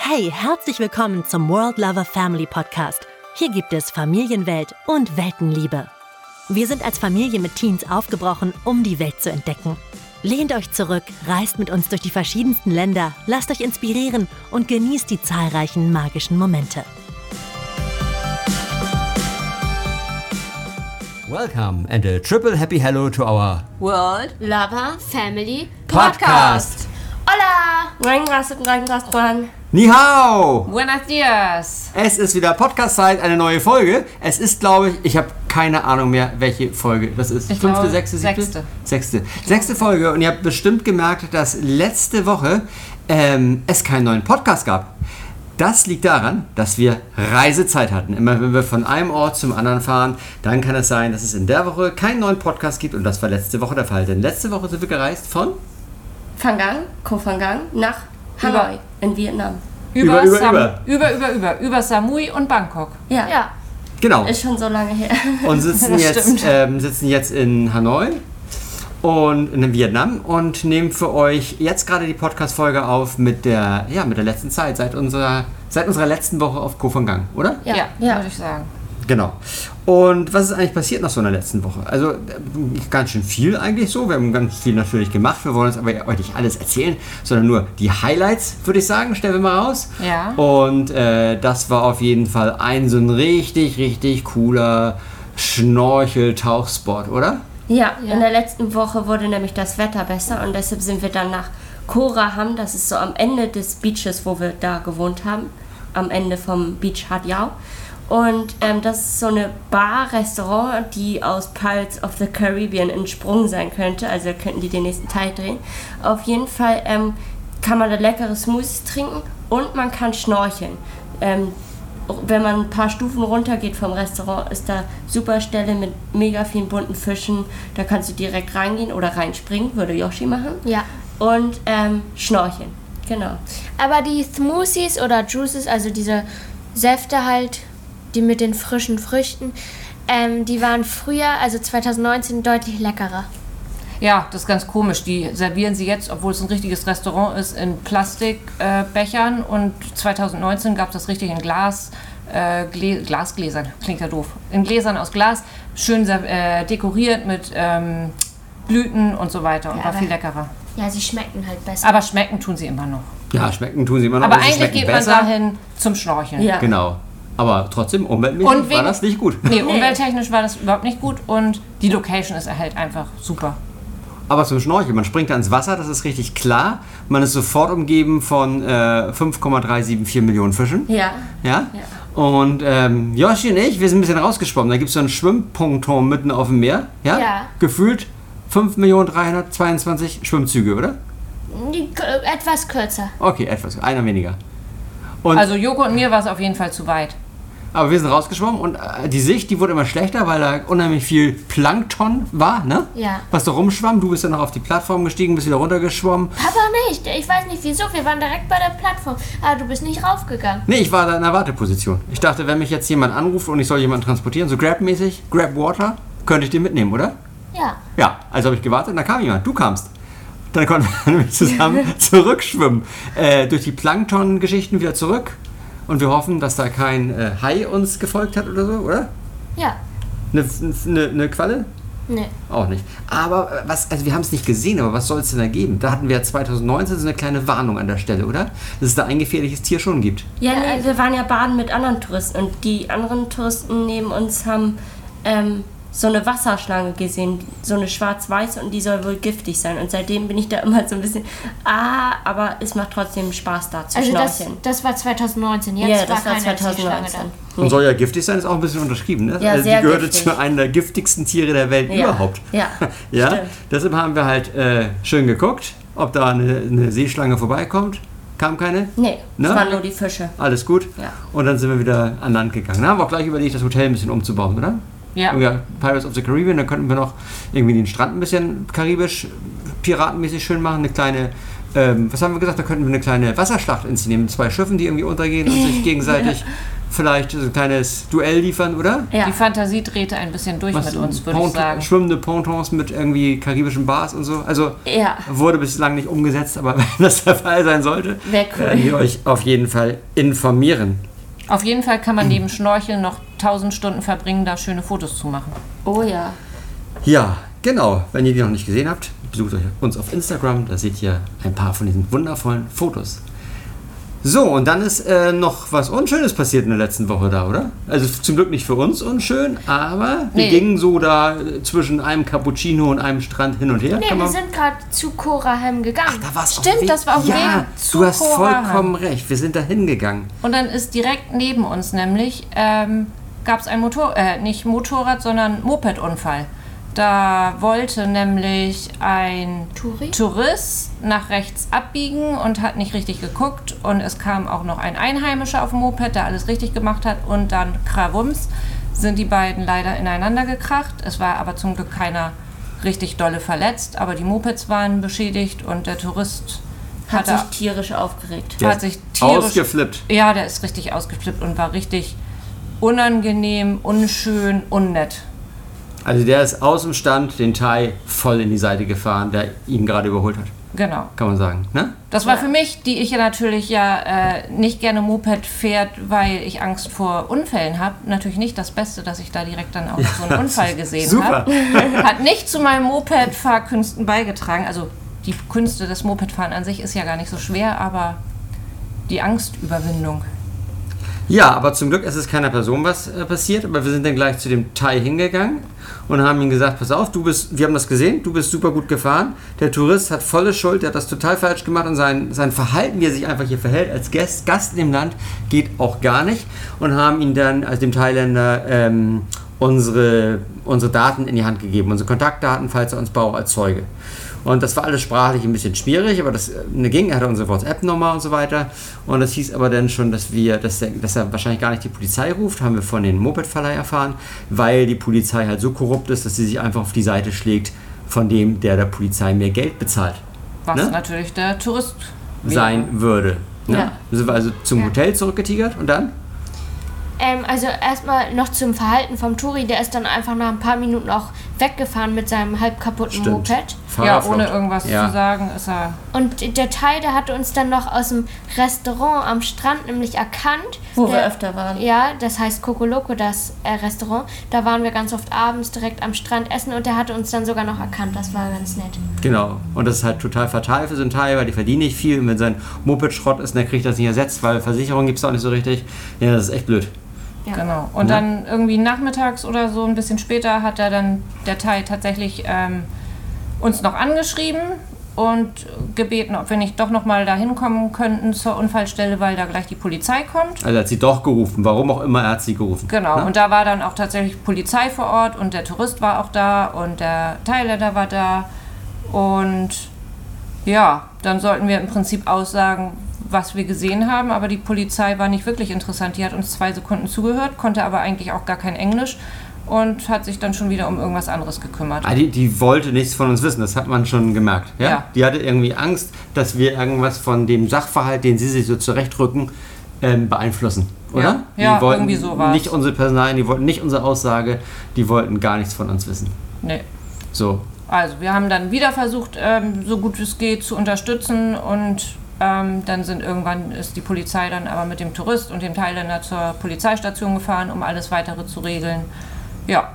Hey, herzlich willkommen zum World Lover Family Podcast. Hier gibt es Familienwelt und Weltenliebe. Wir sind als Familie mit Teens aufgebrochen, um die Welt zu entdecken. Lehnt euch zurück, reist mit uns durch die verschiedensten Länder, lasst euch inspirieren und genießt die zahlreichen magischen Momente. Welcome and a triple happy hello to our World Lover Family Podcast. Hola! Ni hao! Buenos dias! Es ist wieder Podcast-Zeit, eine neue Folge. Es ist, glaube ich habe keine Ahnung mehr, welche Folge das ist. Ich Fünfte, glaube, sechste, siebte? sechste. Sechste Folge. Und ihr habt bestimmt gemerkt, dass letzte Woche es keinen neuen Podcast gab. Das liegt daran, dass wir Reisezeit hatten. Immer wenn wir von einem Ort zum anderen fahren, dann kann es sein, dass es in der Woche keinen neuen Podcast gibt. Und das war letzte Woche der Fall. Denn letzte Woche sind wir gereist von Koh Phangan nach Hanoi in Vietnam. Über Samui und Bangkok. Ja, Genau. ist schon so lange her. Und sitzen jetzt in Hanoi und in Vietnam und nehmen für euch jetzt gerade die Podcast-Folge auf mit der letzten Zeit, seit unserer letzten Woche auf Koh Phangan, oder? Ja, würde ich sagen. Genau. Und was ist eigentlich passiert nach so einer letzten Woche? Also ganz schön viel eigentlich so. Wir haben ganz viel natürlich gemacht. Wir wollen uns aber heute nicht alles erzählen, sondern nur die Highlights, würde ich sagen, stellen wir mal raus. Ja. Und das war auf jeden Fall ein so ein richtig, richtig cooler Schnorchel-Tauchspot, oder? Ja, in der letzten Woche wurde nämlich das Wetter besser und deshalb sind wir dann nach Koh Raham, das ist so am Ende des Beaches, wo wir da gewohnt haben, am Ende vom Beach Hat Yao. Und das ist so eine Bar-Restaurant, die aus Pirates of the Caribbean entsprungen sein könnte. Also könnten die den nächsten Teil drehen. Auf jeden Fall kann man da leckere Smoothies trinken und man kann schnorcheln. Wenn man ein paar Stufen runter geht vom Restaurant, ist da super Stelle mit mega vielen bunten Fischen. Da kannst du direkt reingehen oder reinspringen, würde Yoshi machen. Ja. Und schnorcheln, genau. Aber die Smoothies oder Juices, also diese Säfte halt, die mit den frischen Früchten, die waren früher, also 2019, deutlich leckerer. Ja, das ist ganz komisch. Die servieren sie jetzt, obwohl es ein richtiges Restaurant ist, in Plastikbechern. Und 2019 gab es das richtig in Glasgläsern. Klingt ja doof. In Gläsern aus Glas, schön dekoriert mit Blüten und so weiter. Und war viel leckerer. Ja, sie schmecken halt besser. Aber schmecken tun sie immer noch. Ja, schmecken tun sie immer noch. Aber sie eigentlich geht man besser. dahin zum Schnorcheln. Ja. Genau. Aber trotzdem, umweltmäßig war das nicht gut. Nee, umwelttechnisch war das überhaupt nicht gut. Und die Location ist halt einfach super. Aber zum Schnorcheln, man springt da ins Wasser, das ist richtig klar. Man ist sofort umgeben von 5,374 Millionen Fischen. Ja. Ja? Und Yoshi und ich, wir sind ein bisschen rausgeschwommen. Da gibt es so einen Schwimmponton mitten auf dem Meer. Ja? Ja. Gefühlt 5.322 Schwimmzüge, oder? Etwas kürzer. Okay, einer weniger. Und Also Joko und mir war es auf jeden Fall zu weit. aber wir sind rausgeschwommen und die Sicht, die wurde immer schlechter, weil da unheimlich viel Plankton war, ne? Ja. Was da rumschwamm. Du bist dann noch auf die Plattform gestiegen, bist wieder runtergeschwommen. Papa nicht. Ich weiß nicht wieso. Wir waren direkt bei der Plattform. Aber du bist nicht raufgegangen. Nee, ich war da in der Warteposition. Ich dachte, wenn mich jetzt jemand anruft und ich soll jemanden transportieren, so Grab-mäßig, Grab Water, könnte ich den mitnehmen, oder? Ja. Ja, also habe ich gewartet und da kam jemand. Du kamst. Dann konnten wir nämlich zusammen zurückschwimmen. Durch die Plankton-Geschichten wieder zurück. Und wir hoffen, dass da kein Hai uns gefolgt hat oder so, oder? Ja. Eine Qualle? Nee. Auch nicht. Aber wir haben es nicht gesehen, aber was soll es denn da geben? Da hatten wir 2019 so eine kleine Warnung an der Stelle, oder? Dass es da ein gefährliches Tier schon gibt. Ja, nee, wir waren ja baden mit anderen Touristen und die anderen Touristen neben uns haben so eine Wasserschlange gesehen, so eine schwarz-weiß und die soll wohl giftig sein. Und seitdem bin ich da immer so ein bisschen, aber es macht trotzdem Spaß da zu Also schnorcheln. das war 2019. Jetzt Ja, war das war keine Schlange 2019. da. Und soll ja giftig sein, ist auch ein bisschen unterschrieben, ne? Ja, Die sehr gehörte giftig. zu einem der giftigsten Tiere der Welt überhaupt. Ja, Ja, stimmt. deshalb haben wir halt schön geguckt, ob da eine Seeschlange vorbeikommt. Kam keine? Nee, Ne? es waren nur die Fische. Alles gut. Ja. Und dann sind wir wieder an Land gegangen. Da haben wir auch gleich überlegt, das Hotel ein bisschen umzubauen, oder? Ja. Pirates of the Caribbean, dann könnten wir noch irgendwie den Strand ein bisschen karibisch, piratenmäßig schön machen, eine kleine, was haben wir gesagt, da könnten wir eine kleine Wasserschlacht inszenieren mit 2 Schiffen, die irgendwie untergehen und sich gegenseitig vielleicht so ein kleines Duell liefern, oder? Ja. Die Fantasie drehte ein bisschen durch mit uns, würde ich sagen. Schwimmende Pontons mit irgendwie karibischen Bars und so. Also Ja. wurde bislang nicht umgesetzt, aber wenn das der Fall sein sollte, Wär cool. werden wir euch auf jeden Fall informieren. Auf jeden Fall kann man neben Schnorcheln noch 1000 Stunden verbringen, da schöne Fotos zu machen. Oh ja. Ja, genau. Wenn ihr die noch nicht gesehen habt, besucht euch uns auf Instagram. Da seht ihr ein paar von diesen wundervollen Fotos. So, und dann ist noch was Unschönes passiert in der letzten Woche da, oder? Also zum Glück nicht für uns unschön, aber wir gingen so da zwischen einem Cappuccino und einem Strand hin und her. Nee, wir sind gerade zu Korahem gegangen. Ach, da war's Stimmt, das war auf dem Weg zu du hast Korahem. vollkommen recht. Wir sind da hingegangen. Und dann ist direkt neben uns nämlich, gab es ein nicht Motorrad, sondern Mopedunfall. Da wollte nämlich ein Tourist nach rechts abbiegen und hat nicht richtig geguckt. Und es kam auch noch ein Einheimischer auf dem Moped, der alles richtig gemacht hat. Und dann, krawums, sind die beiden leider ineinander gekracht. Es war aber zum Glück keiner richtig dolle verletzt. Aber die Mopeds waren beschädigt und der Tourist Hat sich tierisch aufgeregt. Der hat sich tierisch ausgeflippt. Ja, der ist richtig ausgeflippt und war richtig unangenehm, unschön, unnett. Also der ist aus dem Stand den Thai voll in die Seite gefahren, der ihn gerade überholt hat. Genau. Kann man sagen, ne? Das war für mich, die ich ja natürlich nicht gerne Moped fährt, weil ich Angst vor Unfällen habe, natürlich nicht das Beste, dass ich da direkt dann auch so einen Unfall gesehen super. habe. Hat nicht zu meinen Moped-Fahrkünsten beigetragen. Also die Künste des Mopedfahren an sich ist ja gar nicht so schwer, aber die Angstüberwindung. Ja, aber zum Glück ist es keiner Person was passiert, aber wir sind dann gleich zu dem Thai hingegangen und haben ihm gesagt, pass auf, wir haben das gesehen, du bist super gut gefahren, der Tourist hat volle Schuld, der hat das total falsch gemacht und sein Verhalten, wie er sich einfach hier verhält als Gast in dem Land, geht auch gar nicht und haben ihm dann, also dem Thailänder, unsere Daten in die Hand gegeben, unsere Kontaktdaten, falls er uns braucht als Zeuge. Und das war alles sprachlich ein bisschen schwierig, aber das ging. Er hatte unsere WhatsApp-Nummer und so weiter. Und das hieß aber dann schon, dass er wahrscheinlich gar nicht die Polizei ruft, haben wir von den Mopedverleih erfahren, weil die Polizei halt so korrupt ist, dass sie sich einfach auf die Seite schlägt von dem, der Polizei mehr Geld bezahlt. Was Ne? natürlich der Tourist Sein würde. Ne? Ja. Sind wir also zum Hotel zurückgetigert und dann? Also erstmal noch zum Verhalten vom Touri, der ist dann einfach nach ein paar Minuten auch weggefahren mit seinem halb kaputten Moped. Ja, Fahrerflott. ohne irgendwas zu sagen, ist er... Und der Thai, der hatte uns dann noch aus dem Restaurant am Strand nämlich erkannt. Wo wir öfter waren. Ja, das heißt Kokoloko, das Restaurant. Da waren wir ganz oft abends direkt am Strand essen und der hatte uns dann sogar noch erkannt. Das war ganz nett. Genau. Und das ist halt total fatal für so einen Thai, weil die verdienen nicht viel. Und wenn sein Moped Schrott ist, dann kriegt er das nicht ersetzt, weil Versicherung gibt es auch nicht so richtig. Ja, das ist echt blöd. Ja. Genau. Und dann irgendwie nachmittags oder so, ein bisschen später, hat er dann der Thai tatsächlich uns noch angeschrieben und gebeten, ob wir nicht doch nochmal da hinkommen könnten zur Unfallstelle, weil da gleich die Polizei kommt. Also er hat sie doch gerufen, warum auch immer, er hat sie gerufen. Genau, Ne? und da war dann auch tatsächlich Polizei vor Ort und der Tourist war auch da und der Thailänder war da. Und ja, dann sollten wir im Prinzip aussagen, was wir gesehen haben, aber die Polizei war nicht wirklich interessant. Die hat uns 2 Sekunden zugehört, konnte aber eigentlich auch gar kein Englisch und hat sich dann schon wieder um irgendwas anderes gekümmert. Die wollte nichts von uns wissen, das hat man schon gemerkt. Ja? Ja. Die hatte irgendwie Angst, dass wir irgendwas von dem Sachverhalt, den sie sich so zurechtrücken, beeinflussen, oder? Ja, die wollten irgendwie so war's. nicht unsere Personalien, die wollten nicht unsere Aussage, die wollten gar nichts von uns wissen. Nee. So. Also wir haben dann wieder versucht, so gut es geht zu unterstützen und dann ist die Polizei dann aber mit dem Tourist und dem Thailänder zur Polizeistation gefahren, um alles Weitere zu regeln. Ja,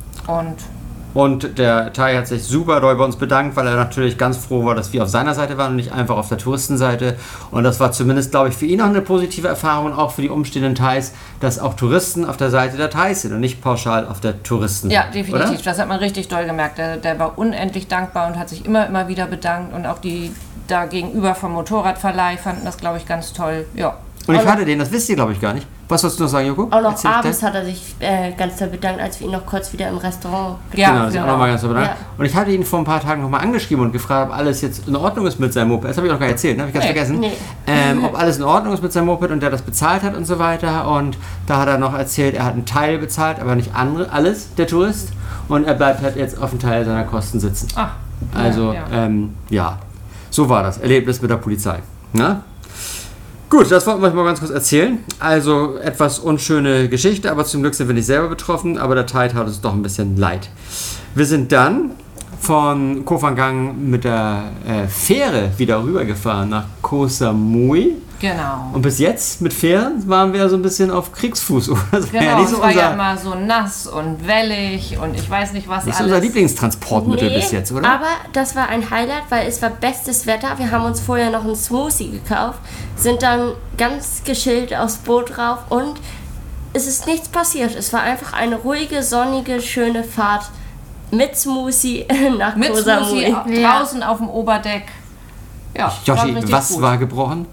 Und der Thai hat sich super doll bei uns bedankt, weil er natürlich ganz froh war, dass wir auf seiner Seite waren und nicht einfach auf der Touristenseite. Und das war zumindest, glaube ich, für ihn auch eine positive Erfahrung und auch für die umstehenden Thais, dass auch Touristen auf der Seite der Thais sind und nicht pauschal auf der Touristenseite. ja, definitiv. Oder? Das hat man richtig doll gemerkt. Der war unendlich dankbar und hat sich immer wieder bedankt. Und auch die da gegenüber vom Motorradverleih fanden das, glaube ich, ganz toll. Ja. Und ich hatte den, das wisst ihr, glaube ich, gar nicht, Was sollst du noch sagen, Joko? Auch noch Erzähl abends ich hat er sich ganz doll bedankt, als wir ihn noch kurz wieder im Restaurant Genau, das ist auch nochmal ganz so bedankt. Ja. Und ich hatte ihn vor ein paar Tagen nochmal angeschrieben und gefragt, ob alles jetzt in Ordnung ist mit seinem Moped. Das habe ich noch gar nicht erzählt, habe ich ganz vergessen. Nee. Ob alles in Ordnung ist mit seinem Moped und der das bezahlt hat und so weiter. Und da hat er noch erzählt, er hat einen Teil bezahlt, aber nicht alles, der Tourist. Und er bleibt halt jetzt auf einen Teil seiner Kosten sitzen. Ach, Also, ja. so war das Erlebnis mit der Polizei. Na? Gut, das wollten wir euch mal ganz kurz erzählen. Also etwas unschöne Geschichte, aber zum Glück sind wir nicht selber betroffen, aber der Tide hat uns doch ein bisschen leid. Wir sind dann von Koh Phangan mit der Fähre wieder rübergefahren nach Koh Samui. Genau. Und bis jetzt mit Fähren waren wir so ein bisschen auf Kriegsfuß. Das war ja Genau, nicht so es war ja unser, immer so nass und wellig und ich weiß nicht was nicht so alles. unser Lieblingstransportmittel bis jetzt, oder? Aber das war ein Highlight, weil es war bestes Wetter. Wir haben uns vorher noch einen Smoothie gekauft, sind dann ganz gechillt aufs Boot rauf und es ist nichts passiert. Es war einfach eine ruhige, sonnige, schöne Fahrt mit Smoothie nach Mit Koh Samui. Smoothie draußen auf dem Oberdeck. Ja, war Joshi, richtig was gut. war gebrochen?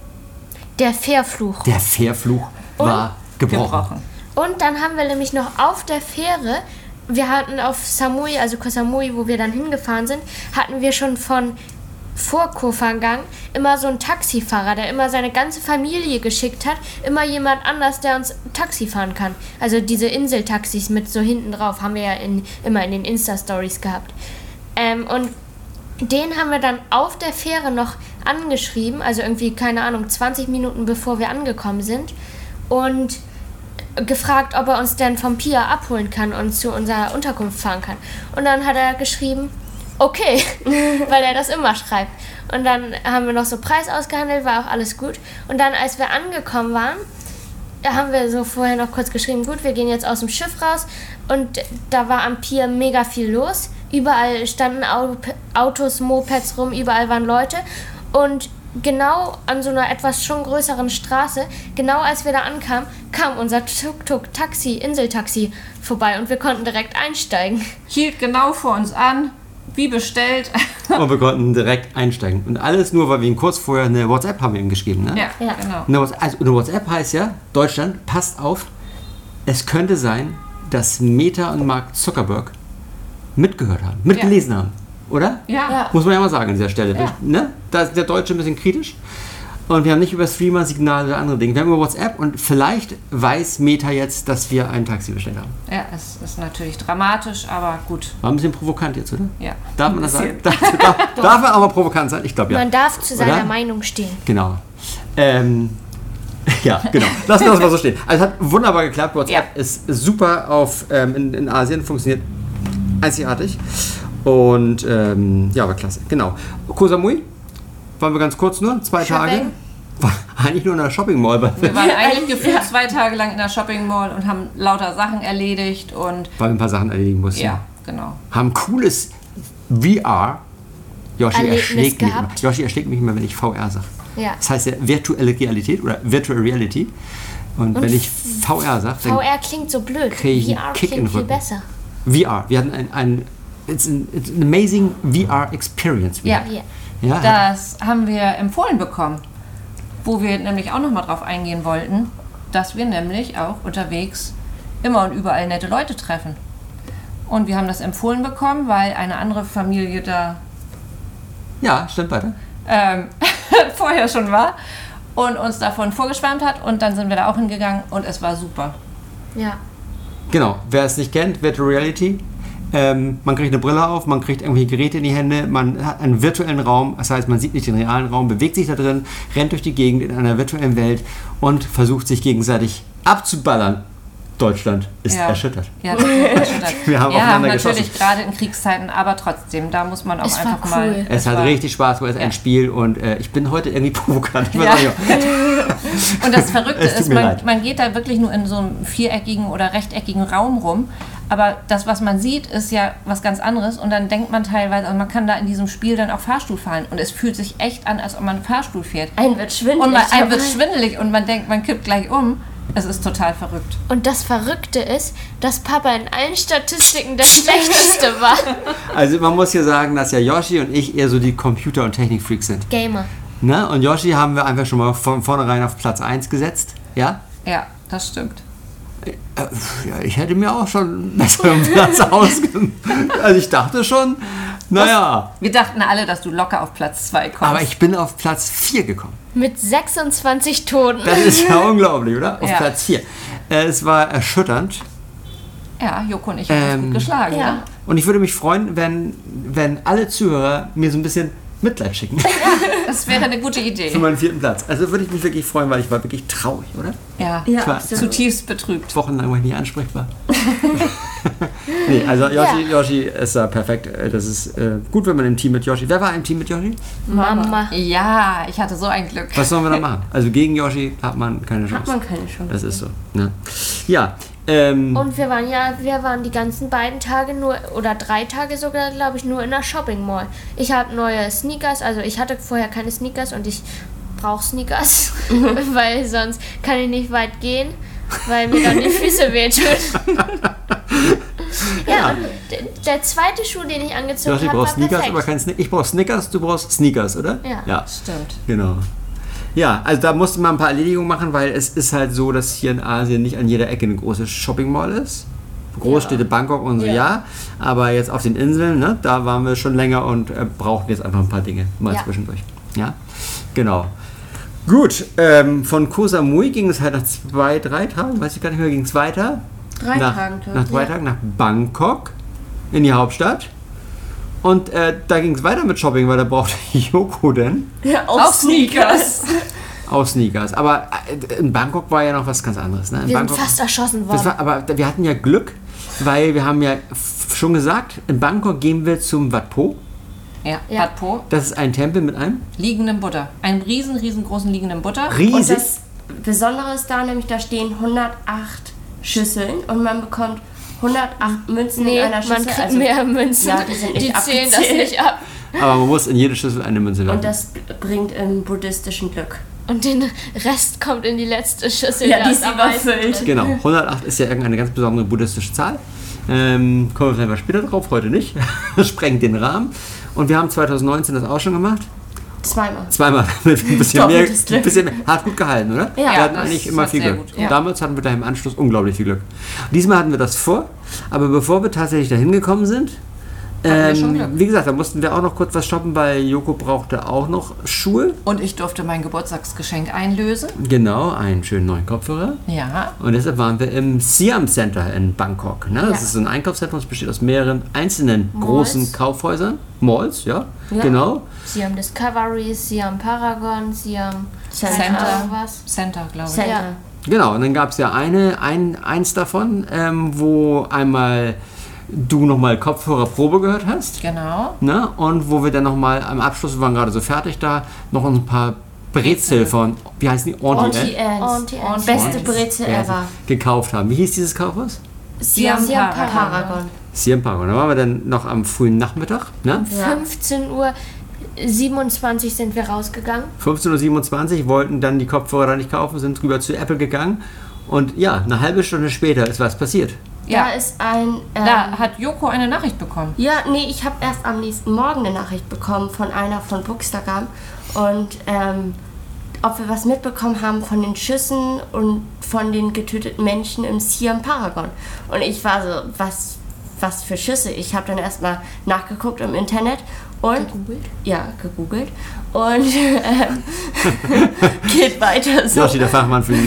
Der Fährfluch. Der Fährfluch war gebrochen. Und dann haben wir nämlich noch auf der Fähre, wir hatten auf Samui, also Koh Samui, wo wir dann hingefahren sind, hatten wir schon vor Koh Phangan immer so einen Taxifahrer, der immer seine ganze Familie geschickt hat, immer jemand anders, der uns Taxi fahren kann. Also diese Inseltaxis mit so hinten drauf haben wir ja immer in den Insta-Stories gehabt. Und den haben wir dann auf der Fähre noch angeschrieben, also irgendwie, keine Ahnung, 20 Minuten bevor wir angekommen sind und gefragt, ob er uns denn vom Pier abholen kann und zu unserer Unterkunft fahren kann. Und dann hat er geschrieben, okay, weil er das immer schreibt. Und dann haben wir noch so Preis ausgehandelt, war auch alles gut. Und dann, als wir angekommen waren, haben wir so vorher noch kurz geschrieben, gut, wir gehen jetzt aus dem Schiff raus. Und da war am Pier mega viel los. Überall standen Autos, Mopeds rum, überall waren Leute. Und genau an so einer etwas schon größeren Straße, genau als wir da ankamen, kam unser Tuk-Tuk-Taxi, Inseltaxi vorbei und wir konnten direkt einsteigen. Hielt genau vor uns an, wie bestellt. Und wir konnten direkt einsteigen. Und alles nur, weil wir ihm kurz vorher eine WhatsApp haben ihm geschrieben. Ne? Ja, genau. Eine WhatsApp heißt ja, Deutschland, passt auf, es könnte sein, dass Meta und Mark Zuckerberg mitgehört haben, mitgelesen haben. Oder? Ja. Muss man ja mal sagen an dieser Stelle. Ja. Ne? Da ist der Deutsche ein bisschen kritisch. Und wir haben nicht über Streamer, Signale oder andere Dinge. Wir haben über WhatsApp und vielleicht weiß Meta jetzt, dass wir ein Taxi bestellt haben. Ja, es ist natürlich dramatisch, aber gut. War ein bisschen provokant jetzt, oder? Ja. Darf man das sagen? Darf man auch mal provokant sein? Ich glaube ja. Man darf zu seiner Oder? Meinung stehen. Genau. Ja, genau. Lassen wir das mal so stehen. Also es hat wunderbar geklappt. WhatsApp ist super in Asien, funktioniert einzigartig. Und ja, war klasse. Genau. Koh Samui waren wir ganz kurz nur, 2 Tage. War eigentlich nur in der Shopping Mall. Wir waren eigentlich gefühlt 2 Tage lang in der Shopping Mall und haben lauter Sachen erledigt und Weil wir ein paar Sachen erledigen mussten. ja, genau. Haben cooles VR. Joshi Erlebnis erschlägt mich immer. gehabt. Joshi erschlägt mich immer, wenn ich VR sage. Ja. Das heißt ja virtuelle Realität oder Virtual Reality. Und wenn ich VR sage, dann VR klingt so blöd. krieg ich einen VR Kick in klingt den viel Rücken. besser. VR. Wir hatten it's an amazing VR experience. Ja. Ja. Ja, Das haben wir empfohlen bekommen, wo wir nämlich auch nochmal drauf eingehen wollten, dass wir nämlich auch unterwegs immer und überall nette Leute treffen. Und wir haben das empfohlen bekommen, weil eine andere Familie da ja, stimmt, weiter. vorher schon war und uns davon vorgeschwärmt hat und dann sind wir da auch hingegangen und es war super. Ja. Genau, wer es nicht kennt, Virtual Reality. Man kriegt eine Brille auf, man kriegt irgendwelche Geräte in die Hände, man hat einen virtuellen Raum, das heißt, man sieht nicht den realen Raum, bewegt sich da drin, rennt durch die Gegend in einer virtuellen Welt und versucht sich gegenseitig abzuballern. Deutschland ist erschüttert. Ja, das ist erschüttert. Wir haben ja, aufeinander natürlich geschossen. gerade in Kriegszeiten, aber trotzdem, da muss man auch Es war einfach cool. mal... Es hat war- richtig Spaß, weil es ein Spiel und ich bin heute irgendwie provokant. Ich weiß Ja. auch nicht. Und das Verrückte Es tut ist, mir leid. man geht da wirklich nur in so einem viereckigen oder rechteckigen Raum rum. Aber das, was man sieht, ist ja was ganz anderes. Und dann denkt man teilweise, also man kann da in diesem Spiel dann auch Fahrstuhl fahren. Und es fühlt sich echt an, als ob man einen Fahrstuhl fährt. Einem wird schwindelig. Und einem wird schwindelig und man denkt, man kippt gleich um. Es ist total verrückt. Und das Verrückte ist, dass Papa in allen Statistiken der Schlechteste war. Also man muss hier sagen, dass ja Yoshi und ich eher so die Computer- und Technikfreaks sind. Gamer. Ne? Und Yoshi haben wir einfach schon mal von vornherein auf Platz 1 gesetzt. Ja? Ja. Das stimmt. Ja, ich hätte mir auch schon einen besseren Platz ausgesucht. Also ich dachte schon, naja. Wir dachten alle, dass du locker auf Platz 2 kommst. Aber ich bin auf Platz 4 gekommen. Mit 26 Toten. Das ist ja unglaublich, oder? Auf Ja. Platz 4. Es war erschütternd. Ja, Joko und ich haben uns gut geschlagen. ja. Ne? Und ich würde mich freuen, wenn alle Zuhörer mir so ein bisschen Mitleid schicken Das wäre eine gute Idee. für meinen 4. Platz. Also würde ich mich wirklich freuen, weil ich war wirklich traurig, oder? Ja, Ich war zutiefst betrübt. wochenlang war ich nicht ansprechbar. Nee, also Yoshi ist da perfekt. Das ist gut, wenn man im Team mit Yoshi... Wer war im Team mit Yoshi? Mama. Ja, ich hatte so ein Glück. Was sollen wir da machen? Also gegen Yoshi hat man keine Chance. Hat man keine Chance. Das ist so. Ne? Ja, Und wir waren die ganzen beiden Tage nur, oder 3 Tage sogar, glaube ich, nur in der Shopping Mall. Ich habe neue Sneakers, also ich hatte vorher keine Sneakers und ich brauche Sneakers, weil sonst kann ich nicht weit gehen, weil mir dann die Füße wehtun. Ja, und der zweite Schuh, den ich angezogen Yoshi habe, war braucht Sneakers, aber perfekt. kein Snickers. Ich brauche Snickers, du brauchst Sneakers, oder? Ja. Stimmt. Genau. Ja, also da musste man ein paar Erledigungen machen, weil es ist halt so, dass hier in Asien nicht an jeder Ecke eine große Shopping Mall ist. Großstädte, Bangkok und so, ja. Aber jetzt auf den Inseln, ne, da waren wir schon länger und brauchten jetzt einfach ein paar Dinge mal Ja. zwischendurch. Ja, genau. Gut, von Koh Samui ging es halt nach 2-3 Tagen, weiß ich gar nicht mehr, ging es weiter. 3 Tagen. Nach 3 Tagen nach Bangkok in die Hauptstadt. Und da ging es weiter mit Shopping, weil da brauchte Joko denn Auch Sneakers. auch Sneakers. Aber in Bangkok war ja noch was ganz anderes. Ne? In Wir sind Bangkok, fast erschossen worden. aber wir hatten ja Glück, weil wir haben ja schon gesagt, in Bangkok gehen wir zum Wat Po. Ja, Ja. Wat Po, Das ist ein Tempel mit einem liegenden Buddha. Einen riesengroßen liegenden Buddha. Und riesig. das Besondere ist da nämlich, da stehen 108 Schüsseln und man bekommt 108 Münzen Nee, in einer Schüssel. man kriegt mehr Münzen. Ja, die sind nicht zählen das abgezählt. nicht ab. Aber man muss in jede Schüssel eine Münze werfen. Und das bringt im buddhistischen Glück. Und den Rest kommt in die letzte Schüssel. Ja, da die ist ist am meisten überfüllt. drin. Genau, 108 ist ja irgendeine ganz besondere buddhistische Zahl. Kommen wir vielleicht mal später drauf, heute nicht. Das sprengt den Rahmen. Und wir haben 2019 das auch schon gemacht. Zweimal mit ein bisschen mehr, Doppeltes Glück. hat gut gehalten, oder? Ja, wir hatten das eigentlich immer hat viel sehr Glück. gut, Und ja. damals hatten wir da im Anschluss unglaublich viel Glück. Diesmal hatten wir das vor, aber bevor wir tatsächlich dahin gekommen sind, wir schon Glück. wie gesagt, da mussten wir auch noch kurz was shoppen, weil Joko brauchte auch noch Schuhe. Und ich durfte mein Geburtstagsgeschenk einlösen. Genau, einen schönen neuen Kopfhörer. Ja. Und deshalb waren wir im Siam Center in Bangkok. Ne? Das ist so ein Einkaufszentrum, das besteht aus mehreren einzelnen großen Kaufhäusern. Malls, ja, genau. Siam Discovery, Siam Paragon, Siam Center. was. Center, glaube ich. Center. Genau, und dann gab es ja eins davon, wo einmal du nochmal Kopfhörerprobe gehört hast. Genau. Ne? Und wo wir dann nochmal am Abschluss, wir waren gerade so fertig da, noch ein paar Brezel von, wie heißen die? Auntie Auntie Anne's. Anne's. Beste Brezel ever. gekauft haben. Wie hieß dieses Kaufhaus? Siam Paragon. Paragon. Siam Paragon. Da waren wir dann noch am frühen Nachmittag. Ne? 15:27 Uhr sind wir rausgegangen. 15.27 Uhr, wollten dann die Kopfhörer da nicht kaufen, sind drüber zu Apple gegangen. Und ja, eine halbe Stunde später ist was passiert. Ja. Da ist ein... Da hat Joko eine Nachricht bekommen. Ja, nee, ich habe erst am nächsten Morgen eine Nachricht bekommen von einer von Bookstagram und ob wir was mitbekommen haben von den Schüssen und von den getöteten Menschen im Siam Paragon. Und ich war so, was für Schüsse? Ich habe dann erstmal nachgeguckt im Internet und... Gegoogelt? Ja, gegoogelt. Und geht weiter so. Yoshi, der Fachmann für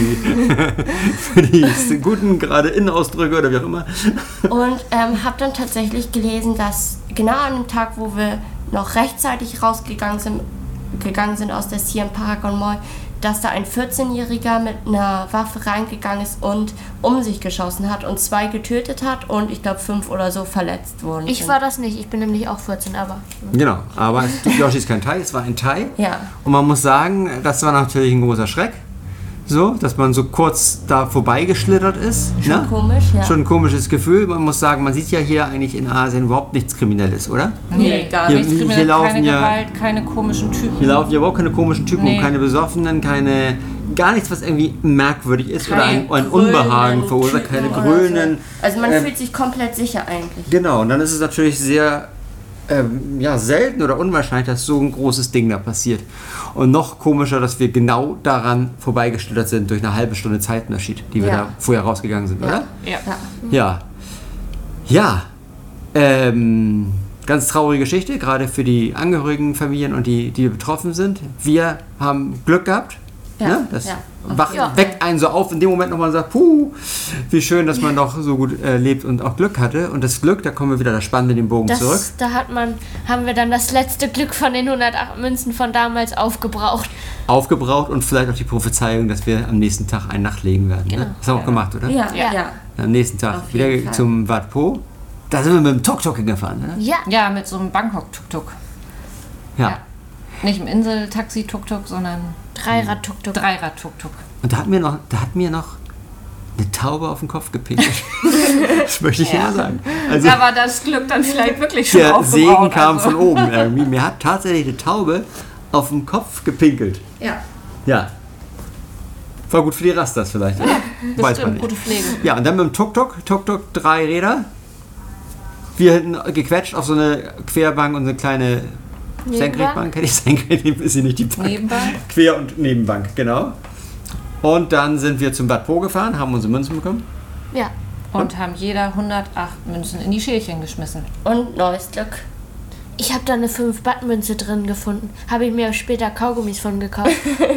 die guten gerade Innenausdrücke oder wie auch immer. Und habe dann tatsächlich gelesen, dass genau an dem Tag, wo wir noch rechtzeitig rausgegangen sind aus der Siam Paragon Mall, dass da ein 14-Jähriger mit einer Waffe reingegangen ist und um sich geschossen hat und 2 getötet hat und ich glaube 5 oder so verletzt wurden. Ich war das nicht, ich bin nämlich auch 14, aber... Genau, aber Yoshi ist kein Thai, es war ein Thai. Ja. Und man muss sagen, das war natürlich ein großer Schreck. So, dass man so kurz da vorbeigeschlittert ist. Schon komisch, ja. Schon ein komisches Gefühl. Man muss sagen, man sieht ja hier eigentlich in Asien überhaupt nichts Kriminelles, oder? Nee, gar Hier- nichts. hier Kriminell, laufen keine ja- Gewalt, keine komischen Typen. Hier laufen ja überhaupt keine komischen Typen Nee. und keine Besoffenen, gar nichts, was irgendwie merkwürdig ist oder ein Grünen Unbehagen verursacht, keine Typen oder grünen. So. Also man fühlt sich komplett sicher eigentlich. Genau, und dann ist es natürlich sehr selten oder unwahrscheinlich, dass so ein großes Ding da passiert. Und noch komischer, dass wir genau daran vorbeigeschlittert sind durch eine halbe Stunde Zeitunterschied, die wir da vorher rausgegangen sind, oder? Ja. Ganz traurige Geschichte, gerade für die Angehörigen, Familien und die betroffen sind. Wir haben Glück gehabt. Ne? Das weckt einen so auf in dem Moment nochmal und sagt, puh, wie schön, dass man noch so gut lebt und auch Glück hatte. Und das Glück, da kommen wir wieder das Spannende den Bogen zurück. Da haben wir dann das letzte Glück von den 108 Münzen von damals aufgebraucht. Und vielleicht auch die Prophezeiung, dass wir am nächsten Tag eine Nacht legen werden. Genau. Ne? Das haben wir auch gemacht, oder? Ja. Am nächsten Tag Auf jeden wieder Fall. zum Wat Po. Da sind wir mit dem Tuk-Tuk hingefahren, ne? Ja, mit so einem Bangkok-Tuk-Tuk. Ja. Nicht im Insel-Taxi-Tuk-Tuk, sondern Dreirad-Tuk-Tuk. Dreirad-Tuk-Tuk. Und da hat mir noch eine Taube auf den Kopf gepinkelt. Das möchte ich immer sagen. Also, Da war das Glück dann vielleicht wirklich schon der aufgebaut. Segen kam von oben irgendwie. Mir hat tatsächlich eine Taube auf den Kopf gepinkelt. Ja. War gut für die Rastas vielleicht. Oder? Weiß man Bestimmt, nicht. gute Pflege. Ja, und dann mit dem Tuk-Tuk, 3 Räder. Wir hinten gequetscht auf so eine Querbank und so eine kleine Senkrechtbank. Hätte ich Senkrecht, ist sie nicht die Bank. Nebenbank. Quer- und Nebenbank, genau. Und dann sind wir zum Bad Po gefahren, haben unsere Münzen bekommen. Ja. Und haben jeder 108 Münzen in die Schälchen geschmissen. Und neues Glück. Ich habe da eine 5-Baht-Münze drin gefunden. Habe ich mir später Kaugummis von gekauft.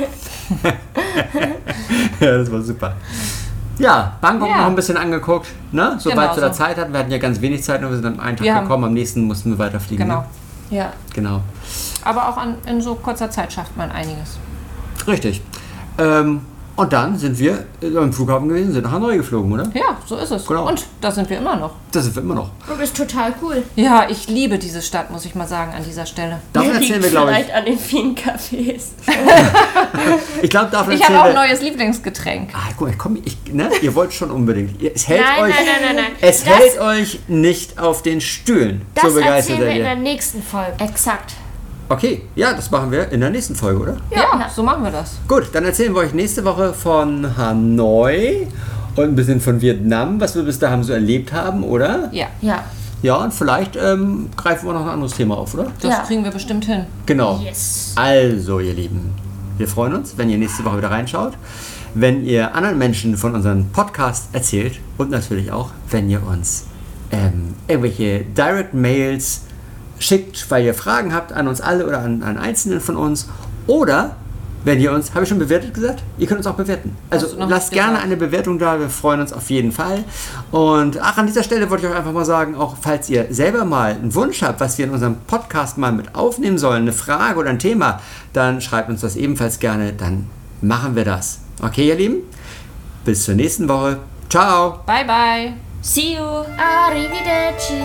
Ja, das war super. Ja, Bangkok Ja. noch ein bisschen angeguckt, ne? Sobald Genau wir da so. Zeit hatten. Wir hatten ja ganz wenig Zeit, nur wir sind am einen Tag Wir haben- gekommen, am nächsten mussten wir weiterfliegen. Genau. Ne? Ja. Genau. Aber auch in so kurzer Zeit schafft man einiges. Richtig. Und dann sind wir am Flughafen gewesen, sind nach Hanoi geflogen, oder? Ja, so ist es. Genau. Und da sind wir immer noch. Das sind wir immer noch. Und ist total cool. Ja, ich liebe diese Stadt, muss ich mal sagen, an dieser Stelle. Davon erzählen wir, glaube ich. Vielleicht an den vielen Cafés. Ich glaube, davon Ich habe erzählen auch ein wir. neues Lieblingsgetränk. Guck mal, ne? Ihr wollt schon unbedingt. Es hält Nein, euch. nein. Es Das- hält euch nicht auf den Stühlen. Das So begeistert erzählen wir seid in der ihr. nächsten Folge. Exakt. Okay, ja, das machen wir in der nächsten Folge, oder? Ja, so machen wir das. Gut, dann erzählen wir euch nächste Woche von Hanoi und ein bisschen von Vietnam, was wir bis dahin so erlebt haben, oder? Ja, Ja. Ja, und vielleicht greifen wir noch ein anderes Thema auf, oder? das Ja. kriegen wir bestimmt hin. Genau. Yes. Also, ihr Lieben, wir freuen uns, wenn ihr nächste Woche wieder reinschaut, wenn ihr anderen Menschen von unserem Podcast erzählt und natürlich auch, wenn ihr uns irgendwelche Direct Mails schickt, weil ihr Fragen habt an uns alle oder an Einzelnen von uns, oder wenn ihr uns, habe ich schon bewertet gesagt? Ihr könnt uns auch bewerten. Also Hast du noch lasst nicht gerne gesagt. eine Bewertung da, wir freuen uns auf jeden Fall. Und an dieser Stelle wollte ich euch einfach mal sagen, auch falls ihr selber mal einen Wunsch habt, was wir in unserem Podcast mal mit aufnehmen sollen, eine Frage oder ein Thema, dann schreibt uns das ebenfalls gerne, dann machen wir das. Okay, ihr Lieben? Bis zur nächsten Woche. Ciao! Bye, bye. See you. Arrivederci.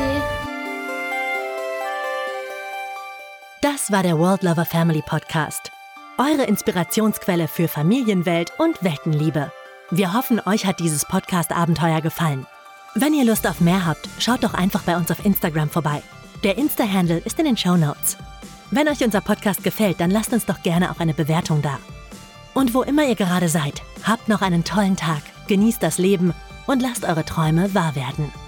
Das war der World Lover Family Podcast. Eure Inspirationsquelle für Familienwelt und Weltenliebe. Wir hoffen, euch hat dieses Podcast-Abenteuer gefallen. Wenn ihr Lust auf mehr habt, schaut doch einfach bei uns auf Instagram vorbei. Der Insta-Handle ist in den Shownotes. Wenn euch unser Podcast gefällt, dann lasst uns doch gerne auch eine Bewertung da. Und wo immer ihr gerade seid, habt noch einen tollen Tag, genießt das Leben und lasst eure Träume wahr werden.